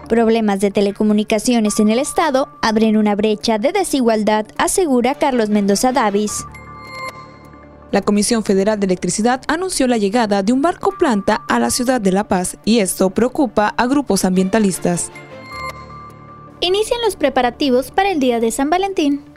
Problemas de telecomunicaciones en el estado abren una brecha de desigualdad, asegura Carlos Mendoza Davis. La Comisión Federal de Electricidad anunció la llegada de un barco planta a la ciudad de La Paz y esto preocupa a grupos ambientalistas. Inician los preparativos para el Día de San Valentín.